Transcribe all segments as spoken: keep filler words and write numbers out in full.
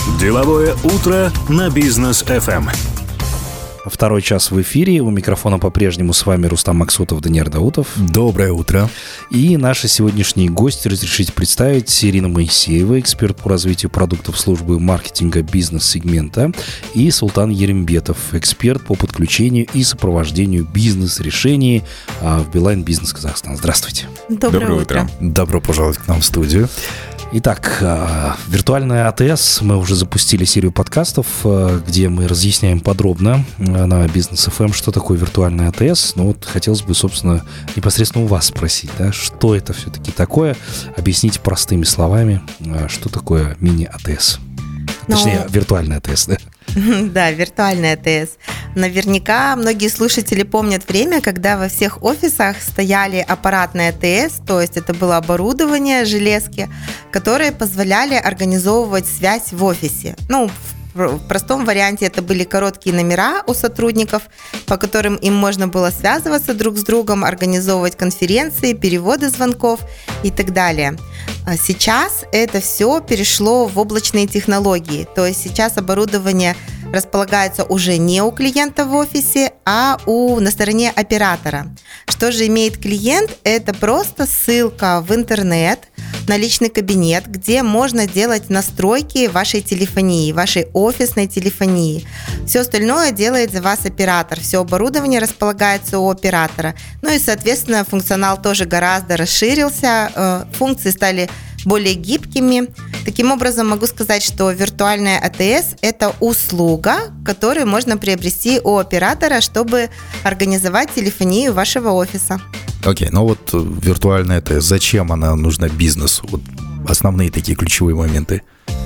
Деловое утро на Бизнес эф эм. Второй час в эфире. У микрофона по-прежнему с вами Рустам Максутов, Даниил Даутов. Доброе утро. И наши сегодняшние гости, разрешите представить: Ирина Моисеева, эксперт по развитию продуктов службы маркетинга бизнес-сегмента, и Султан Ерембетов, эксперт по подключению и сопровождению бизнес-решений в Билайн Бизнес Казахстан. Здравствуйте. Доброе, Доброе утро. утро. Добро пожаловать к нам в студию. Итак, виртуальная АТС. Мы уже запустили серию подкастов, где мы разъясняем подробно на Бизнес эф эм, что такое виртуальная АТС. Но вот хотелось бы, собственно, непосредственно у вас спросить, да, что это все-таки такое? Объясните простыми словами, что такое мини-АТС. Но... Точнее, виртуальная АТС, да? Да, виртуальная АТС. Наверняка многие слушатели помнят время, когда во всех офисах стояли аппаратные АТС, то есть это было оборудование, железки, которые позволяли организовывать связь в офисе. Ну, в простом варианте это были короткие номера у сотрудников, по которым им можно было связываться друг с другом, организовывать конференции, переводы звонков и так далее. Сейчас это все перешло в облачные технологии, то есть сейчас оборудование располагается уже не у клиента в офисе, а у, на стороне оператора. Что же имеет клиент? Это просто ссылка в интернет на личный кабинет, где можно делать настройки вашей телефонии, вашей офисной телефонии. Все остальное делает за вас оператор. Все оборудование располагается у оператора. Ну и, соответственно, функционал тоже гораздо расширился, функции стали более гибкими. Таким образом, могу сказать, что виртуальная АТС – это услуга, которую можно приобрести у оператора, чтобы организовать телефонию вашего офиса. Окей, okay, ну вот виртуальная АТС, зачем она нужна бизнесу? Вот основные такие ключевые моменты.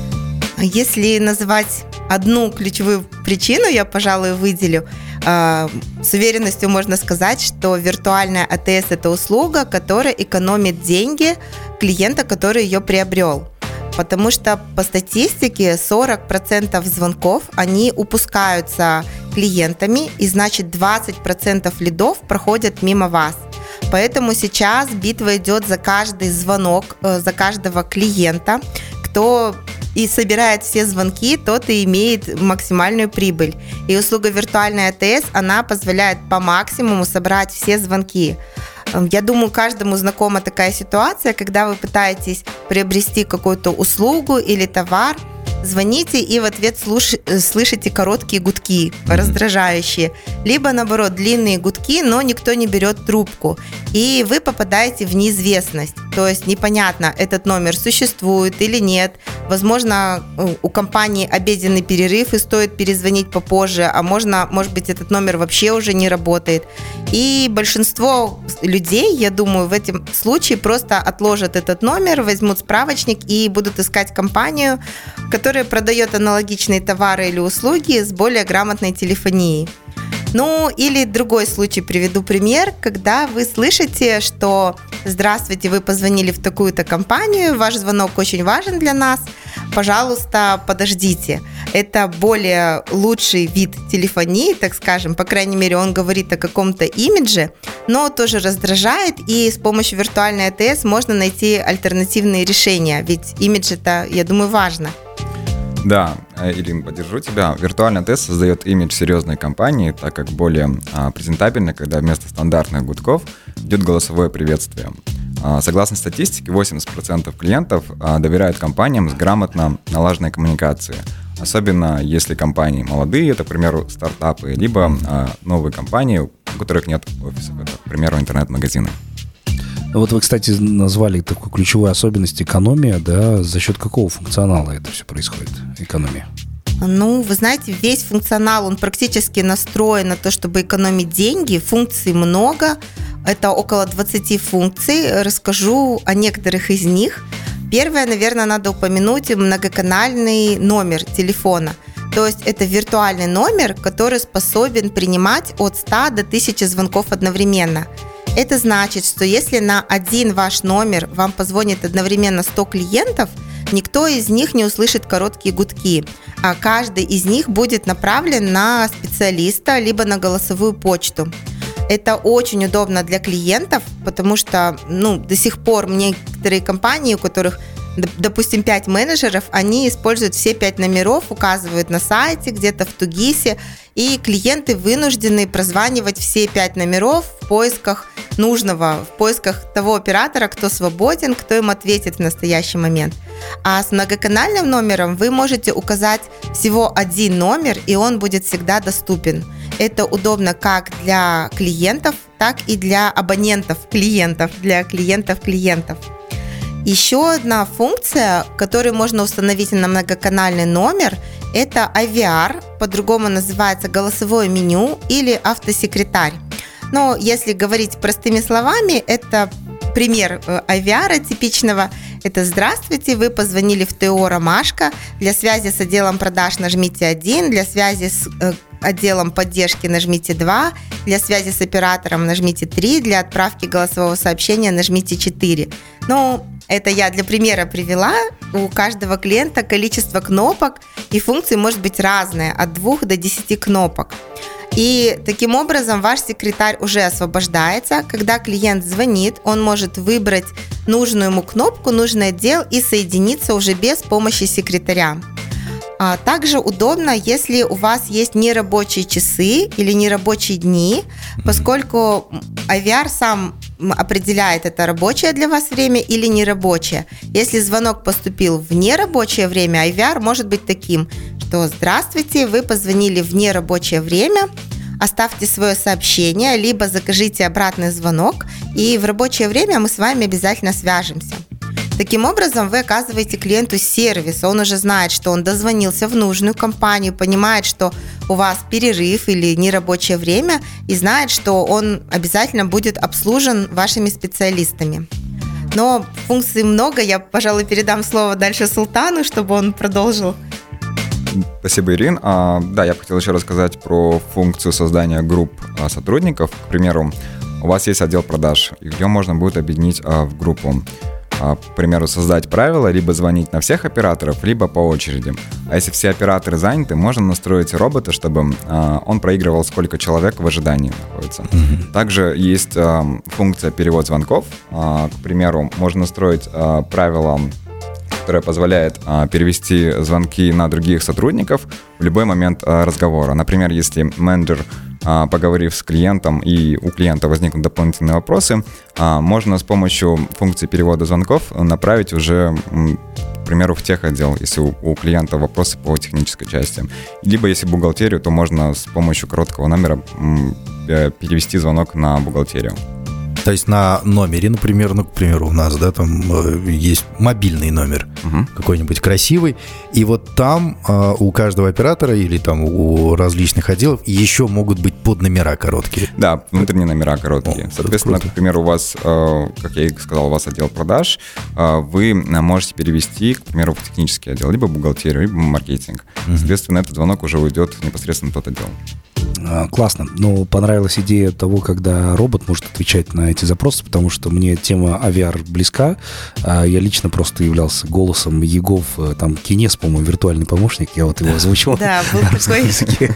Если называть одну ключевую причину, я, пожалуй, выделю. С уверенностью можно сказать, что виртуальная АТС – это услуга, которая экономит деньги клиента, который ее приобрел. Потому что по статистике сорок процентов звонков, они упускаются клиентами, и значит двадцать процентов лидов проходят мимо вас. Поэтому сейчас битва идет за каждый звонок, за каждого клиента, кто и собирает все звонки, тот и имеет максимальную прибыль. И услуга виртуальной АТС, она позволяет по максимуму собрать все звонки. Я думаю, каждому знакома такая ситуация, когда вы пытаетесь приобрести какую-то услугу или товар, звоните и в ответ слуш... слышите короткие гудки, раздражающие, либо наоборот длинные гудки, но никто не берет трубку, и вы попадаете в неизвестность. То есть непонятно, этот номер существует или нет. Возможно, у компании обеденный перерыв и стоит перезвонить попозже, а можно, может быть, этот номер вообще уже не работает. И большинство людей, я думаю, в этом случае просто отложат этот номер, возьмут справочник и будут искать компанию, которая продает аналогичные товары или услуги с более грамотной телефонией. Ну, или другой случай, приведу пример, когда вы слышите, что «Здравствуйте, вы позвонили в такую-то компанию, ваш звонок очень важен для нас, пожалуйста, подождите». Это более лучший вид телефонии, так скажем, по крайней мере, он говорит о каком-то имидже, но тоже раздражает, и с помощью виртуальной АТС можно найти альтернативные решения, ведь имидж это, я думаю, важно. Да, Ирин, поддержу тебя. Виртуальная АТС создает имидж серьезной компании, так как более а, презентабельно, когда вместо стандартных гудков идет голосовое приветствие. А, согласно статистике, восемьдесят процентов клиентов а, доверяют компаниям с грамотно налаженной коммуникацией. Особенно если компании молодые, это, к примеру, стартапы, либо а, новые компании, у которых нет офисов, это, к примеру, интернет-магазины. Вот вы, кстати, назвали такую ключевую особенность экономия, да, за счет какого функционала это все происходит, экономия? Ну, вы знаете, весь функционал, он практически настроен на то, чтобы экономить деньги, функций много, это около двадцать функций, расскажу о некоторых из них. Первое, наверное, надо упомянуть многоканальный номер телефона. То есть это виртуальный номер, который способен принимать от ста до тысячи звонков одновременно. Это значит, что если на один ваш номер вам позвонит одновременно сто клиентов, никто из них не услышит короткие гудки, а каждый из них будет направлен на специалиста либо на голосовую почту. Это очень удобно для клиентов, потому что ну, до сих пор некоторые компании, у которых допустим, пять менеджеров, они используют все пять номеров, указывают на сайте, где-то в Тугисе, и клиенты вынуждены прозванивать все пять номеров в поисках нужного, в поисках того оператора, кто свободен, кто им ответит в настоящий момент. А с многоканальным номером вы можете указать всего один номер, и он будет всегда доступен. Это удобно как для клиентов, так и для абонентов клиентов, для клиентов клиентов. Еще одна функция, которую можно установить на многоканальный номер, это ай ви ар, по-другому называется голосовое меню или автосекретарь. Но если говорить простыми словами, это пример ай ви ар типичного. Это «Здравствуйте, вы позвонили в ТО «Ромашка». Для связи с отделом продаж нажмите один, для связи с э, отделом поддержки нажмите два, для связи с оператором нажмите три, для отправки голосового сообщения нажмите четыре. Ну, это я для примера привела. У каждого клиента количество кнопок и функций может быть разное, от двух до десяти кнопок. И таким образом ваш секретарь уже освобождается. Когда клиент звонит, он может выбрать нужную ему кнопку, нужный отдел и соединиться уже без помощи секретаря. А также удобно, если у вас есть нерабочие часы или нерабочие дни, поскольку ай ви ар сам определяет, это рабочее для вас время или нерабочее. Если звонок поступил в нерабочее время, ай ви ар может быть таким, что «Здравствуйте, вы позвонили в нерабочее время, оставьте свое сообщение, либо закажите обратный звонок, и в рабочее время мы с вами обязательно свяжемся». Таким образом, вы оказываете клиенту сервис, он уже знает, что он дозвонился в нужную компанию, понимает, что у вас перерыв или нерабочее время, и знает, что он обязательно будет обслужен вашими специалистами. Но функций много, я, пожалуй, передам слово дальше Султану, чтобы он продолжил. Спасибо, Ирин. А, да, я бы хотел еще рассказать про функцию создания групп а, сотрудников. К примеру, у вас есть отдел продаж, и ее можно будет объединить а, в группу. А, к примеру, создать правила, либо звонить на всех операторов, либо по очереди. А если все операторы заняты, можно настроить робота, чтобы а, он проигрывал, сколько человек в ожидании находится. Mm-hmm. Также есть а, функция перевод звонков. А, к примеру, можно настроить а, правила, которая позволяет а, перевести звонки на других сотрудников в любой момент а, разговора. Например, если менеджер, а, поговорив с клиентом, и у клиента возникнут дополнительные вопросы, а, можно с помощью функции перевода звонков направить уже, м, к примеру, в техотдел, если у, у клиента вопросы по технической части. Либо если бухгалтерию, то можно с помощью короткого номера м, перевести звонок на бухгалтерию. То есть на номере, например, ну, к примеру, у нас, да, там э, есть мобильный номер, угу. какой-нибудь красивый, и вот там э, у каждого оператора или там у различных отделов еще могут быть подномера короткие. Да, внутренние номера короткие. О, соответственно, к примеру, у вас, э, как я и сказал, у вас отдел продаж, э, вы можете перевести, к примеру, в технический отдел, либо бухгалтерию, либо маркетинг. Угу. Соответственно, этот звонок уже уйдет непосредственно в тот отдел. Классно. Но понравилась идея того, когда робот может отвечать на эти запросы, потому что мне тема ай ви ар близка. Я лично просто являлся голосом Егов, там, Кинес, по-моему, виртуальный помощник. Я вот его озвучил. Да, был такой.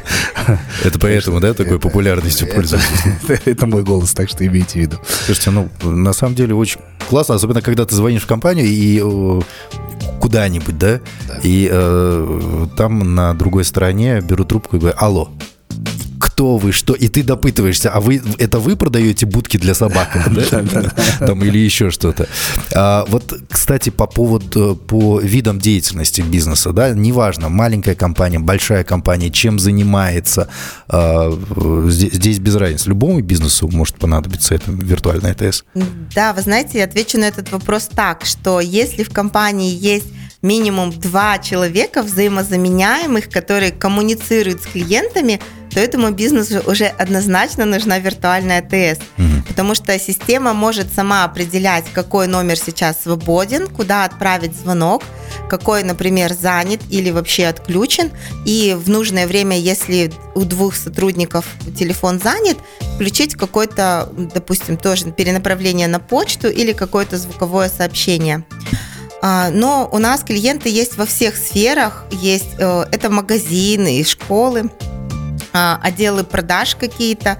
Это поэтому, да, такой популярностью пользуется? Это мой голос, так что имейте в виду. Слушайте, ну, на самом деле очень классно, особенно когда ты звонишь в компанию и куда-нибудь, да, и там на другой стороне берут трубку и говорят: алло. Кто вы, что? И ты допытываешься, а вы это вы продаете будки для собак, там или еще что-то. Вот, кстати, по поводу, по видам деятельности бизнеса, да, неважно, маленькая компания, большая компания, чем занимается, здесь без разницы. Любому бизнесу может понадобиться это виртуальная АТС. Да, вы знаете, я отвечу на этот вопрос так, что если в компании есть минимум два человека взаимозаменяемых, которые коммуницируют с клиентами, то этому бизнесу уже однозначно нужна виртуальная АТС. Угу. Потому что система может сама определять, какой номер сейчас свободен, куда отправить звонок, какой, например, занят или вообще отключен. И в нужное время, если у двух сотрудников телефон занят, включить какое-то, допустим, тоже перенаправление на почту или какое-то звуковое сообщение. Но у нас клиенты есть во всех сферах. Есть это магазины и школы, отделы продаж какие-то,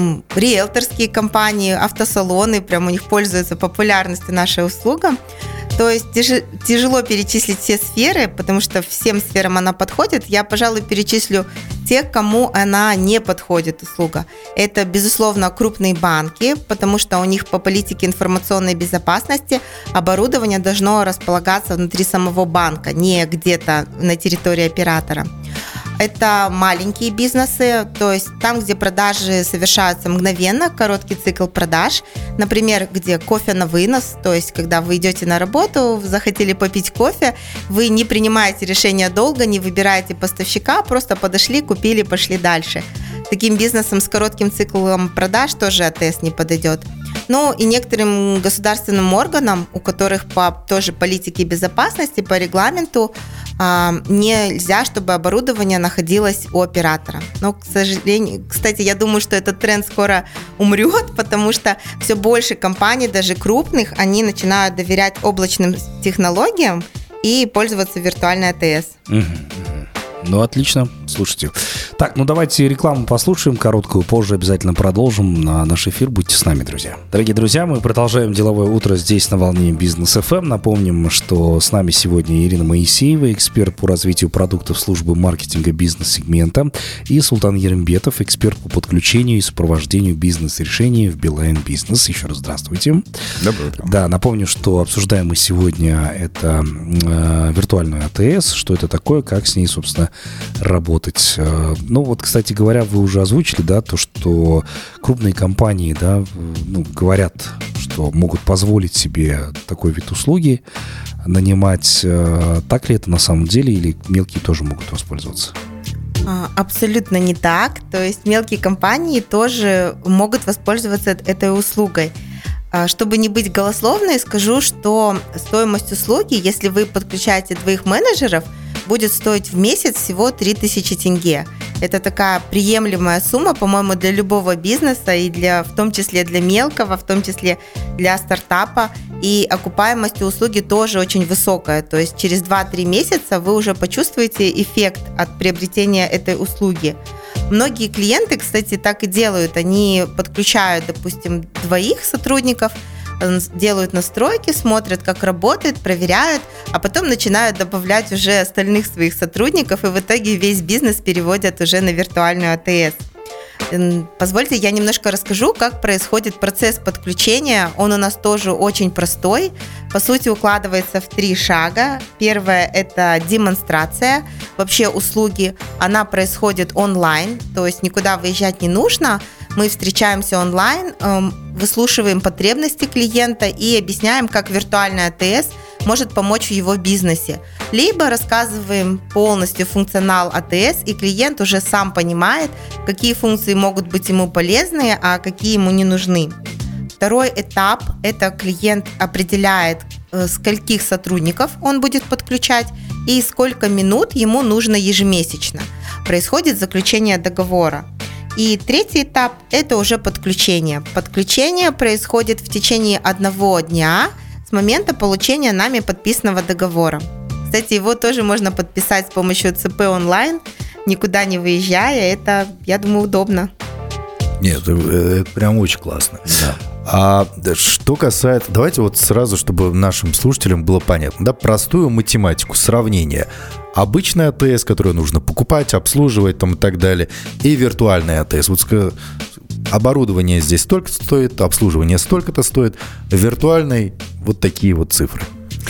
риэлторские компании, автосалоны, прям у них пользуется популярностью наша услуга. То есть тяжело перечислить все сферы, потому что всем сферам она подходит. Я, пожалуй, перечислю тех, кому она не подходит, услуга. Это, безусловно, крупные банки, потому что у них по политике информационной безопасности оборудование должно располагаться внутри самого банка, не где-то на территории оператора. Это маленькие бизнесы, то есть там, где продажи совершаются мгновенно, короткий цикл продаж. Например, где кофе на вынос, то есть когда вы идете на работу, захотели попить кофе, вы не принимаете решение долго, не выбираете поставщика, просто подошли, купили, пошли дальше. Таким бизнесом с коротким циклом продаж тоже АТС не подойдет. Ну и некоторым государственным органам, у которых по тоже политике безопасности, по регламенту, нельзя, чтобы оборудование находилось у оператора. Но, к сожалению, кстати, я думаю, что этот тренд скоро умрет, потому что все больше компаний, даже крупных, они начинают доверять облачным технологиям и пользоваться виртуальной АТС. Ну, отлично. Слушайте. Так, ну давайте рекламу послушаем короткую, позже обязательно продолжим на наш эфир. Будьте с нами, друзья. Дорогие друзья, мы продолжаем деловое утро здесь на волне Бизнес эф эм. Напомним, что с нами сегодня Ирина Моисеева, эксперт по развитию продуктов службы маркетинга бизнес-сегмента, и Султан Ерымбетов, эксперт по подключению и сопровождению бизнес-решений в Билайн Бизнес. Еще раз здравствуйте. Доброе утро. Да, напомню, что обсуждаем мы сегодня это э, виртуальную АТС, что это такое, как с ней, собственно, работать. Ну вот, кстати говоря, вы уже озвучили, да, то, что крупные компании, да, ну, говорят, что могут позволить себе такой вид услуги нанимать. Так ли это на самом деле, или мелкие тоже могут воспользоваться? Абсолютно не так. То есть мелкие компании тоже могут воспользоваться этой услугой. Чтобы не быть голословной, скажу, что стоимость услуги, если вы подключаете двоих менеджеров, будет стоить в месяц всего три тысячи тенге. Это такая приемлемая сумма, по-моему, для любого бизнеса, и для, в том числе для мелкого, в том числе для стартапа. И окупаемость услуги тоже очень высокая. То есть через два-три месяца вы уже почувствуете эффект от приобретения этой услуги. Многие клиенты, кстати, так и делают. Они подключают, допустим, двоих сотрудников, делают настройки, смотрят, как работает, проверяют, а потом начинают добавлять уже остальных своих сотрудников, и в итоге весь бизнес переводят уже на виртуальную АТС. Позвольте, я немножко расскажу, как происходит процесс подключения. Он у нас тоже очень простой. По сути, укладывается в три шага. Первое – это демонстрация вообще услуги. Она происходит онлайн, то есть никуда выезжать не нужно. Мы встречаемся онлайн, выслушиваем потребности клиента и объясняем, как виртуальная АТС может помочь в его бизнесе. Либо рассказываем полностью функционал АТС, и клиент уже сам понимает, какие функции могут быть ему полезны, а какие ему не нужны. Второй этап – это клиент определяет, скольких сотрудников он будет подключать и сколько минут ему нужно ежемесячно. Происходит заключение договора. И третий этап – это уже подключение. Подключение происходит в течение одного дня с момента получения нами подписанного договора. Кстати, его тоже можно подписать с помощью ЦП онлайн, никуда не выезжая. Это, я думаю, удобно. Нет, это прям очень классно. Да. А что касается... Давайте вот сразу, чтобы нашим слушателям было понятно, да, простую математику, сравнение. Обычная АТС, которую нужно покупать, обслуживать там и так далее, и виртуальная АТС. Вот оборудование здесь столько стоит, обслуживание столько-то стоит, виртуальной вот такие вот цифры.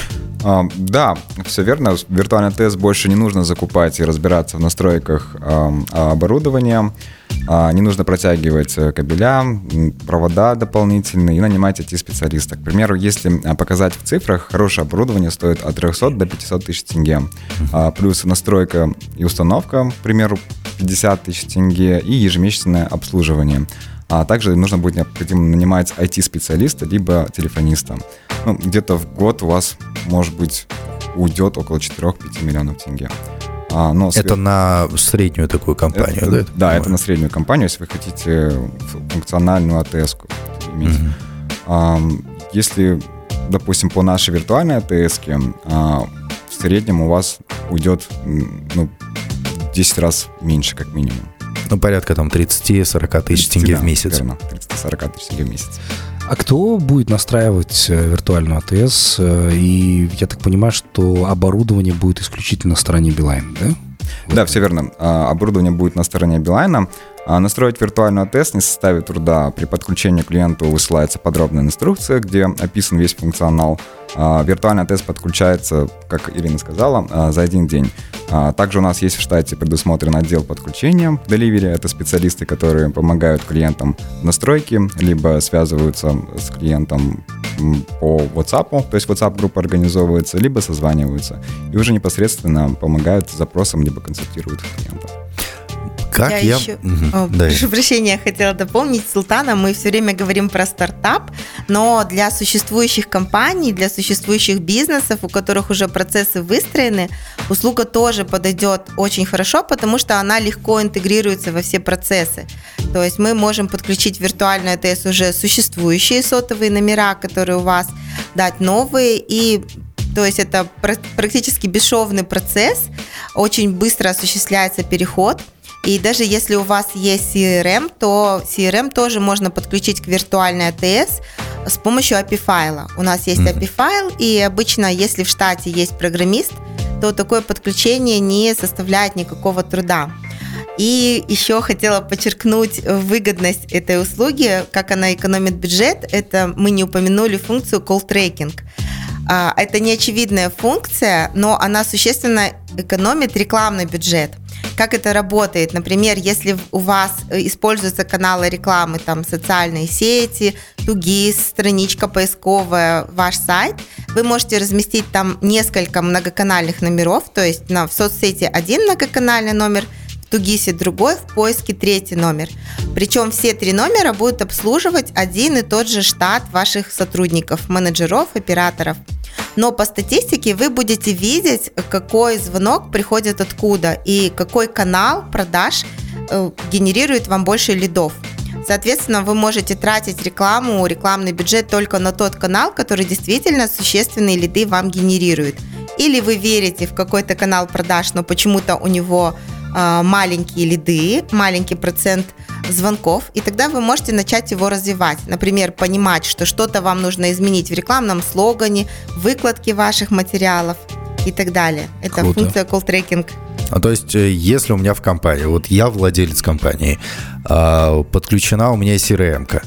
А, да, все верно. Виртуальный АТС больше не нужно закупать и разбираться в настройках а, оборудования. А, не нужно протягивать кабеля, провода дополнительные и нанимать ай ти-специалиста. К примеру, если показать в цифрах, хорошее оборудование стоит от трехсот до пятисот тысяч тенге. А, плюс настройка и установка, к примеру, пятьдесят тысяч тенге и ежемесячное обслуживание. А также нужно будет необходимо нанимать ай ти-специалиста либо телефониста. Ну, где-то в год у вас, может быть, уйдет около четыре-пять миллионов тенге. А, но это свет... на среднюю такую компанию, это, да? Это, да, это на среднюю компанию, если вы хотите функциональную АТС-ку иметь. Mm-hmm. А, если, допустим, по нашей виртуальной АТС-ке, а, в среднем у вас уйдет ну, десять раз меньше, как минимум. Ну, порядка там тридцать-сорок тысяч тенге да, в месяц. Верно, тридцать-сорок тысяч тенге в месяц. А кто будет настраивать виртуальную АТС? И я так понимаю, что оборудование будет исключительно на стороне Билайн, да? Да, все верно. Оборудование будет на стороне Билайна. Настроить виртуальную АТС не составит труда. При подключении к клиенту высылается подробная инструкция, где описан весь функционал. Виртуальная АТС подключается, как Ирина сказала, за один день. Также у нас есть в штате предусмотрен отдел подключения Delivery. Это специалисты, которые помогают клиентам в настройке, либо связываются с клиентом по WhatsApp, то есть WhatsApp-группа организовывается, либо созваниваются. И уже непосредственно помогают с запросом, либо консультируют клиентов. Как я, я... еще, Угу, о, да. прошу прощения, я хотела дополнить Султана. Мы все время говорим про стартап, но для существующих компаний, для существующих бизнесов, у которых уже процессы выстроены, услуга тоже подойдет очень хорошо, потому что она легко интегрируется во все процессы. То есть мы можем подключить в виртуальную АТС уже существующие сотовые номера, которые у вас, дать новые, и то есть это практически бесшовный процесс, очень быстро осуществляется переход. И даже если у вас есть си эр эм, то си эр эм тоже можно подключить к виртуальной АТС с помощью эй пи ай-файла. У нас есть эй пи ай-файл, и обычно, если в штате есть программист, то такое подключение не составляет никакого труда. И еще хотела подчеркнуть выгодность этой услуги, как она экономит бюджет. Это мы не упомянули функцию call tracking. Это не очевидная функция, но она существенно экономит рекламный бюджет. Как это работает? Например, если у вас используются каналы рекламы, там социальные сети, Тугис, страничка поисковая, ваш сайт, вы можете разместить там несколько многоканальных номеров, то есть на, в соцсети один многоканальный номер, в Тугисе другой, в поиске третий номер. Причем все три номера будут обслуживать один и тот же штат ваших сотрудников, менеджеров, операторов. Но по статистике вы будете видеть, какой звонок приходит откуда и какой канал продаж э, генерирует вам больше лидов. Соответственно, вы можете тратить рекламу, рекламный бюджет только на тот канал, который действительно существенные лиды вам генерирует. Или вы верите в какой-то канал продаж, но почему-то у него э, маленькие лиды, маленький процент звонков, и тогда вы можете начать его развивать. Например, понимать, что что-то вам нужно изменить в рекламном слогане, выкладке ваших материалов и так далее. Это Круто. Функция call tracking. А то есть, если у меня в компании, вот я владелец компании, подключена у меня си эр эм-ка,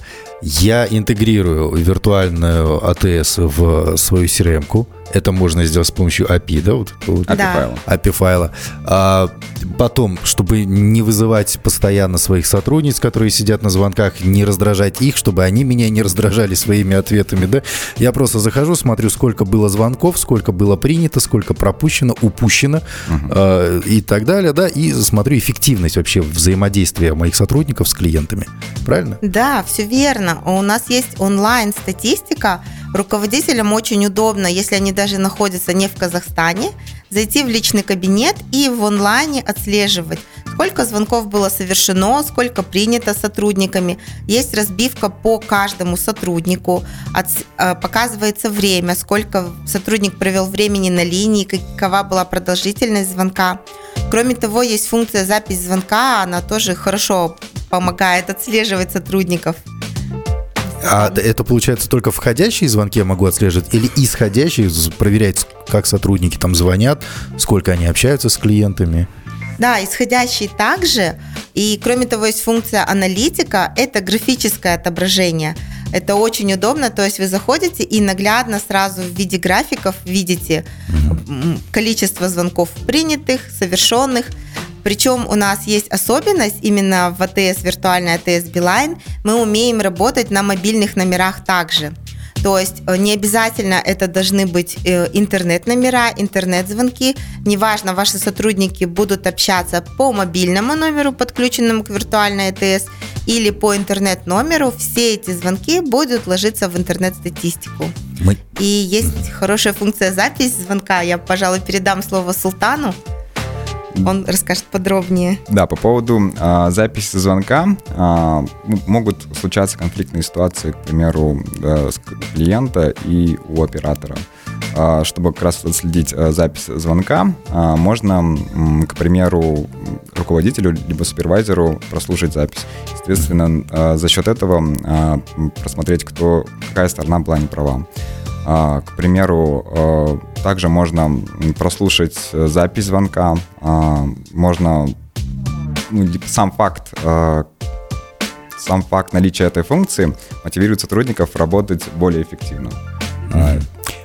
я интегрирую виртуальную АТС в свою си эр эм-ку. Это можно сделать с помощью эй пи ай, да? Вот, вот, Да. эй пи ай. эй пи ай-файла. А потом, чтобы не вызывать постоянно своих сотрудниц, которые сидят на звонках, не раздражать их, чтобы они меня не раздражали своими ответами, да? Я просто захожу, смотрю, сколько было звонков, сколько было принято, сколько пропущено, упущено, uh-huh. э, и так далее, да? И смотрю эффективность вообще взаимодействия моих сотрудников с клиентами. Правильно? Да, все верно. У нас есть онлайн-статистика. Руководителям очень удобно, если они даже находятся не в Казахстане, зайти в личный кабинет и в онлайне отслеживать, сколько звонков было совершено, сколько принято сотрудниками. Есть разбивка по каждому сотруднику, от, показывается время, сколько сотрудник провел времени на линии, какова была продолжительность звонка. Кроме того, есть функция запись звонка, она тоже хорошо помогает отслеживать сотрудников. А это, получается, только входящие звонки я могу отслеживать или исходящие, проверять, как сотрудники там звонят, сколько они общаются с клиентами? Да, исходящие также. И кроме того, есть функция аналитика, это графическое отображение. Это очень удобно, то есть вы заходите и наглядно сразу в виде графиков видите mm-hmm. количество звонков принятых, совершенных. Причем у нас есть особенность именно в АТС, виртуальной АТС Билайн, мы умеем работать на мобильных номерах также. То есть не обязательно это должны быть интернет-номера, интернет-звонки. Неважно, ваши сотрудники будут общаться по мобильному номеру, подключенному к виртуальной АТС, или по интернет-номеру. Все эти звонки будут ложиться в интернет-статистику. Мы... И есть хорошая функция запись звонка. Я, пожалуй, передам слово Султану. Он расскажет подробнее. Да, по поводу а, записи звонка а, могут случаться конфликтные ситуации, к примеру, да, с клиента и у оператора. А, чтобы как раз отследить а, запись звонка, а, можно, м, к примеру, руководителю либо супервайзеру прослушать запись. Соответственно, за счет этого просмотреть, кто, какая сторона была не права. К примеру, также можно прослушать запись звонка, можно ну, сам факт, сам факт наличия этой функции мотивирует сотрудников работать более эффективно. Mm-hmm.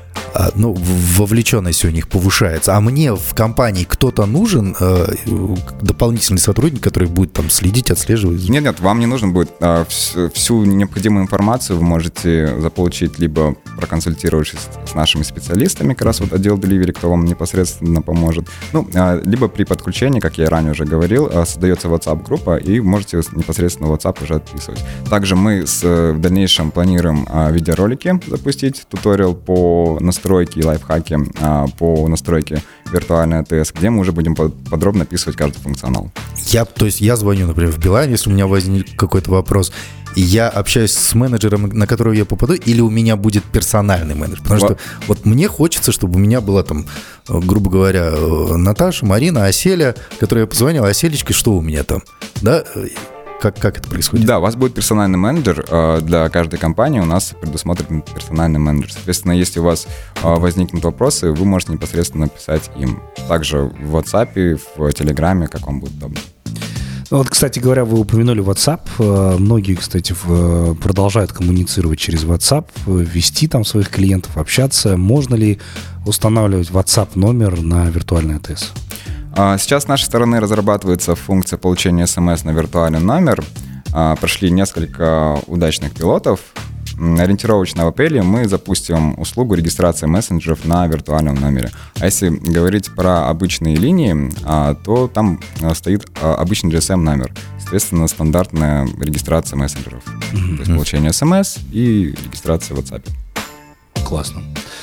А, ну, вовлеченность у них повышается. А мне в компании кто-то нужен, э, дополнительный сотрудник, который будет там следить, отслеживать? Нет, нет, вам не нужно будет. А, всю, всю необходимую информацию вы можете заполучить, либо проконсультировавшись с нашими специалистами, как раз вот отдел Delivery, кто вам непосредственно поможет. Ну, а, либо при подключении, как я ранее уже говорил, создается WhatsApp-группа, и можете непосредственно в WhatsApp уже отписывать. Также мы с, в дальнейшем планируем а, видеоролики запустить, туториал по настройке настройки и лайфхаки а, по настройке виртуальной АТС, где мы уже будем подробно описывать каждый функционал. Я, то есть я звоню, например, в Билайн, если у меня возник какой-то вопрос, и я общаюсь с менеджером, на которого я попаду, или у меня будет персональный менеджер? Потому вот. что вот мне хочется, чтобы у меня была там, грубо говоря, Наташа, Марина, Оселя, которой я позвонил, Оселечка, что у меня там, да? Как, как это происходит? Да, у вас будет персональный менеджер. Для каждой компании у нас предусмотрен персональный менеджер. Соответственно, если у вас возникнут вопросы, вы можете непосредственно написать им. Также в WhatsApp, в Телеграме, как вам будет удобно. Вот, кстати говоря, вы упомянули WhatsApp. Многие, кстати, продолжают коммуницировать через WhatsApp, вести там своих клиентов, общаться. Можно ли устанавливать WhatsApp номер на виртуальный АТС? Сейчас с нашей стороны разрабатывается функция получения смс на виртуальный номер. Прошли несколько удачных пилотов. Ориентировочно в апреле мы запустим услугу регистрации мессенджеров на виртуальном номере. А если говорить про обычные линии, то там стоит обычный джи эс эм номер. Соответственно, стандартная регистрация мессенджеров. Mm-hmm. То есть получение смс и регистрация в WhatsApp. Классно.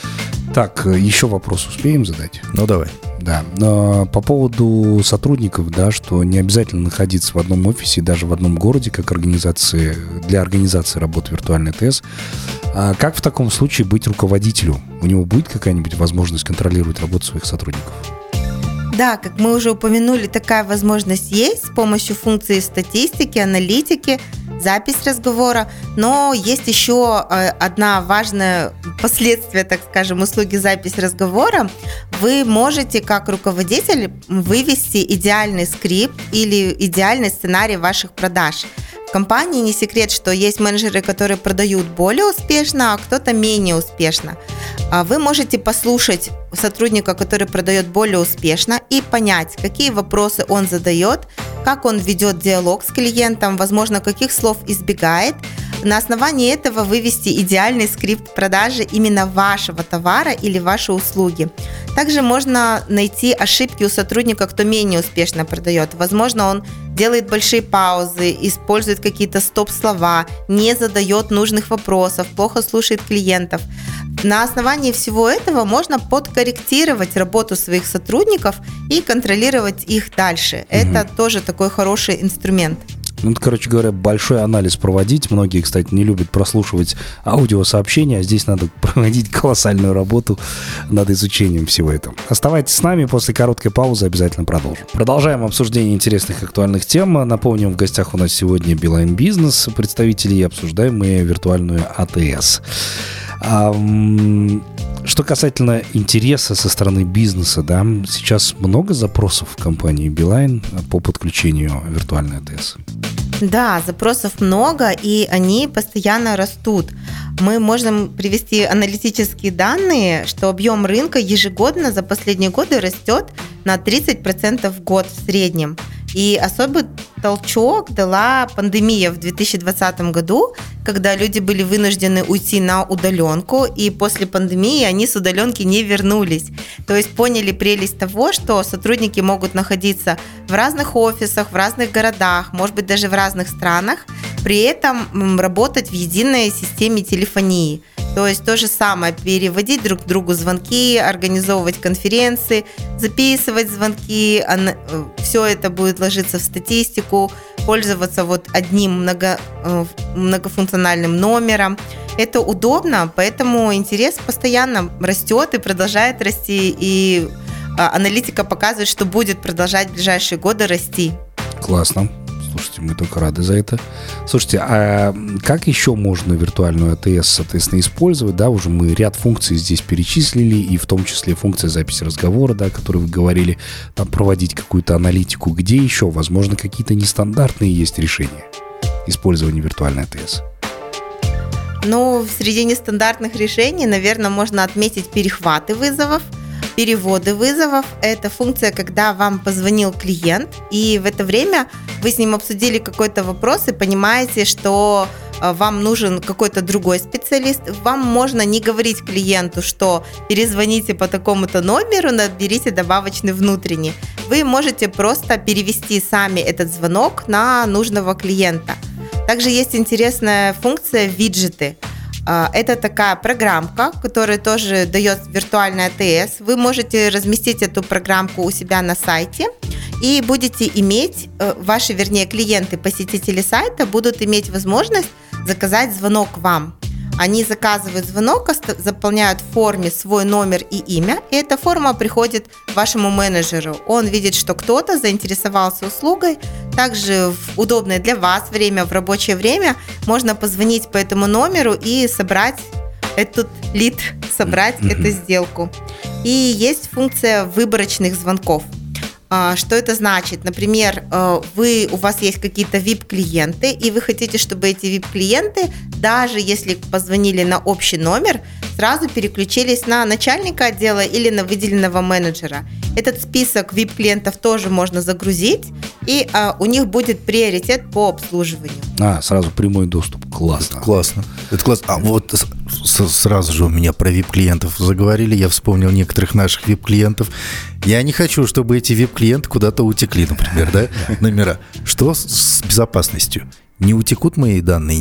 Так, еще вопрос успеем задать? Ну, давай. Да. По поводу сотрудников, да, что не обязательно находиться в одном офисе, даже в одном городе, как организации, для организации работы виртуальной АТС. А как в таком случае быть руководителю? У него будет какая-нибудь возможность контролировать работу своих сотрудников? Да, как мы уже упомянули, такая возможность есть с помощью функции статистики, аналитики, запись разговора, но есть еще одна важная последствие, так скажем, услуги запись разговора. Вы можете как руководитель вывести идеальный скрипт или идеальный сценарий ваших продаж. В компании не секрет, что есть менеджеры, которые продают более успешно, а кто-то менее успешно. Вы можете послушать сотрудника, который продает более успешно, и понять, какие вопросы он задает, как он ведет диалог с клиентом, возможно, каких слов избегает. На основании этого вывести идеальный скрипт продажи именно вашего товара или вашей услуги. Также можно найти ошибки у сотрудника, кто менее успешно продает. Возможно, он делает большие паузы, использует какие-то стоп-слова, не задает нужных вопросов, плохо слушает клиентов. На основании всего этого можно подкорректировать работу своих сотрудников и контролировать их дальше. Угу. Это тоже такой хороший инструмент. Ну, короче говоря, большой анализ проводить. Многие, кстати, не любят прослушивать аудиосообщения, а здесь надо проводить колоссальную работу над изучением всего этого. Оставайтесь с нами, после короткой паузы обязательно продолжим. Продолжаем обсуждение интересных актуальных тем. Напомним, в гостях у нас сегодня Билайн Бизнес, представители, и обсуждаем мы виртуальную АТС. Что касательно интереса со стороны бизнеса, да, сейчас много запросов в компании Билайн по подключению виртуальной АТС? Да, запросов много, и они постоянно растут. Мы можем привести аналитические данные, что объем рынка ежегодно за последние годы растет на тридцать процентов в год в среднем. И особый толчок дала пандемия в две тысячи двадцатом году, когда люди были вынуждены уйти на удаленку, и после пандемии они с удаленки не вернулись. То есть поняли прелесть того, что сотрудники могут находиться в разных офисах, в разных городах, может быть, даже в разных странах, при этом работать в единой системе телефонии. То есть то же самое, переводить друг другу звонки, организовывать конференции, записывать звонки, все это будет ложиться в статистику, пользоваться вот одним много, многофункциональным номером. Это удобно, поэтому интерес постоянно растет и продолжает расти, и аналитика показывает, что будет продолжать в ближайшие годы расти. Классно. Слушайте, мы только рады за это. Слушайте, а как еще можно виртуальную АТС, соответственно, использовать? Да, уже мы ряд функций здесь перечислили, и в том числе функция записи разговора, да, о которой вы говорили, там проводить какую-то аналитику. Где еще, возможно, какие-то нестандартные есть решения использования виртуальной АТС? Ну, среди нестандартных решений, наверное, можно отметить перехваты вызовов, переводы вызовов. Это функция, когда вам позвонил клиент, и в это время вы с ним обсудили какой-то вопрос и понимаете, что вам нужен какой-то другой специалист. Вам можно не говорить клиенту, что перезвоните по такому-то номеру, наберите добавочный внутренний. Вы можете просто перевести сами этот звонок на нужного клиента. Также есть интересная функция виджеты. Это такая программка, которая тоже дает виртуальная АТС. Вы можете разместить эту программку у себя на сайте и будете иметь, ваши, вернее, клиенты, посетители сайта будут иметь возможность заказать звонок вам. Они заказывают звонок, заполняют в форме свой номер и имя, и эта форма приходит вашему менеджеру. Он видит, что кто-то заинтересовался услугой. Также в удобное для вас время, в рабочее время, можно позвонить по этому номеру и собрать этот лид, собрать mm-hmm. эту сделку. И есть функция выборочных звонков. Что это значит? Например, вы, у вас есть какие-то ви ай пи-клиенты, и вы хотите, чтобы эти ви ай пи-клиенты, даже если позвонили на общий номер, сразу переключились на начальника отдела или на выделенного менеджера. Этот список ви ай пи-клиентов тоже можно загрузить, и а, у них будет приоритет по обслуживанию. А, сразу прямой доступ. Классно. Это классно. Это классно. А вот с- сразу же у меня про ви ай пи-клиентов заговорили. Я вспомнил некоторых наших ви ай пи-клиентов. Я не хочу, чтобы эти ви ай пи-клиенты куда-то утекли, например, да, номера. Что с, с безопасностью? Не утекут мои данные,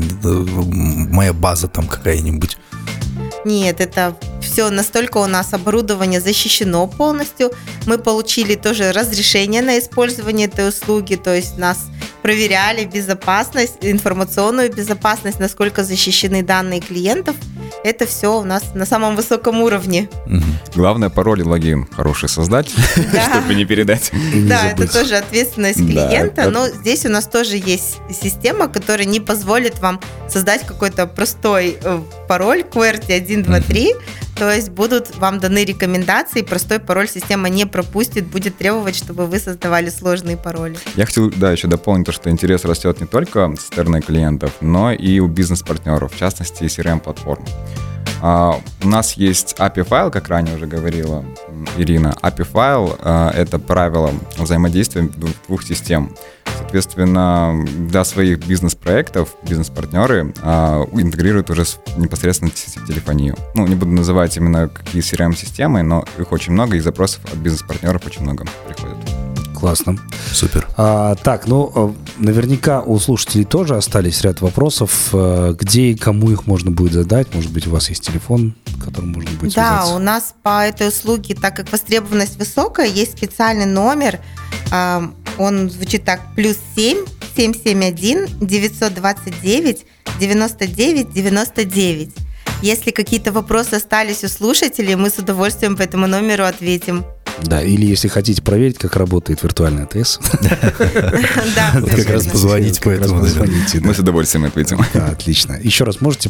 моя база там какая-нибудь? Нет, это все настолько у нас оборудование защищено полностью. Мы получили тоже разрешение на использование этой услуги, то есть нас проверяли безопасность, информационную безопасность, насколько защищены данные клиентов. Это все у нас на самом высоком уровне. Главное, пароль и логин хороший создать, чтобы не передать. Да, это тоже ответственность клиента, но здесь у нас тоже есть система, которая не позволит вам создать какой-то простой пароль кью эр ти один, два, три. То есть будут вам даны рекомендации, простой пароль система не пропустит, будет требовать, чтобы вы создавали сложные пароли. Я хотел, да, еще дополнить то, что интерес растет не только со стороны клиентов, но и у бизнес-партнеров, в частности, си ар эм-платформ. Uh, у нас есть эй пи ай-файл, как ранее уже говорила Ирина. эй пи ай-файл uh, – это правило взаимодействия двух систем. Соответственно, для своих бизнес-проектов бизнес-партнеры uh, интегрируют уже непосредственно телефонию. Ну, не буду называть именно какие си ар эм-системы, но их очень много, и запросов от бизнес-партнеров очень много приходит. Классно. Супер. А, так, ну, наверняка у слушателей тоже остались ряд вопросов. Где и кому их можно будет задать? Может быть, у вас есть телефон, которым можно будет связаться? Да, у нас по этой услуге, так как востребованность высокая, есть специальный номер. Он звучит так: плюс семь семь семь один девятьсот двадцать девять девяносто девять девяносто девять. Если какие-то вопросы остались у слушателей, мы с удовольствием по этому номеру ответим. Да, или если хотите проверить, как работает виртуальная АТС. Да, как раз позвоните по этому. Мы с удовольствием ответим. Отлично. Еще раз можете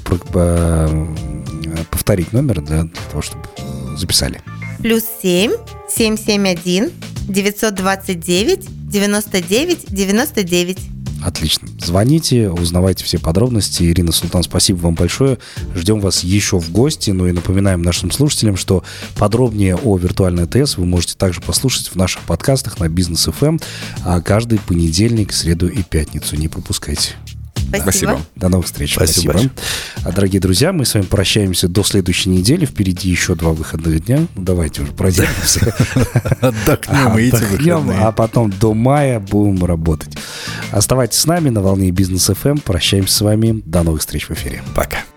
повторить номер для того, чтобы записали? Плюс семь семь семь один девятьсот двадцать девять девяносто девять девяносто девять. Отлично. Звоните, узнавайте все подробности. Ирина Султан, спасибо вам большое. Ждем вас еще в гости. Ну и напоминаем нашим слушателям, что подробнее о виртуальной АТС вы можете также послушать в наших подкастах на Бизнес эф эм каждый понедельник, среду и пятницу. Не пропускайте. Спасибо. Спасибо. До новых встреч. Спасибо. Спасибо. Дорогие друзья, мы с вами прощаемся до следующей недели. Впереди еще два выходных дня. Ну, давайте уже продержимся. Отдохнем эти выходные. А потом до мая будем работать. Оставайтесь с нами на волне Бизнес эф эм. Прощаемся с вами. До новых встреч в эфире. Пока.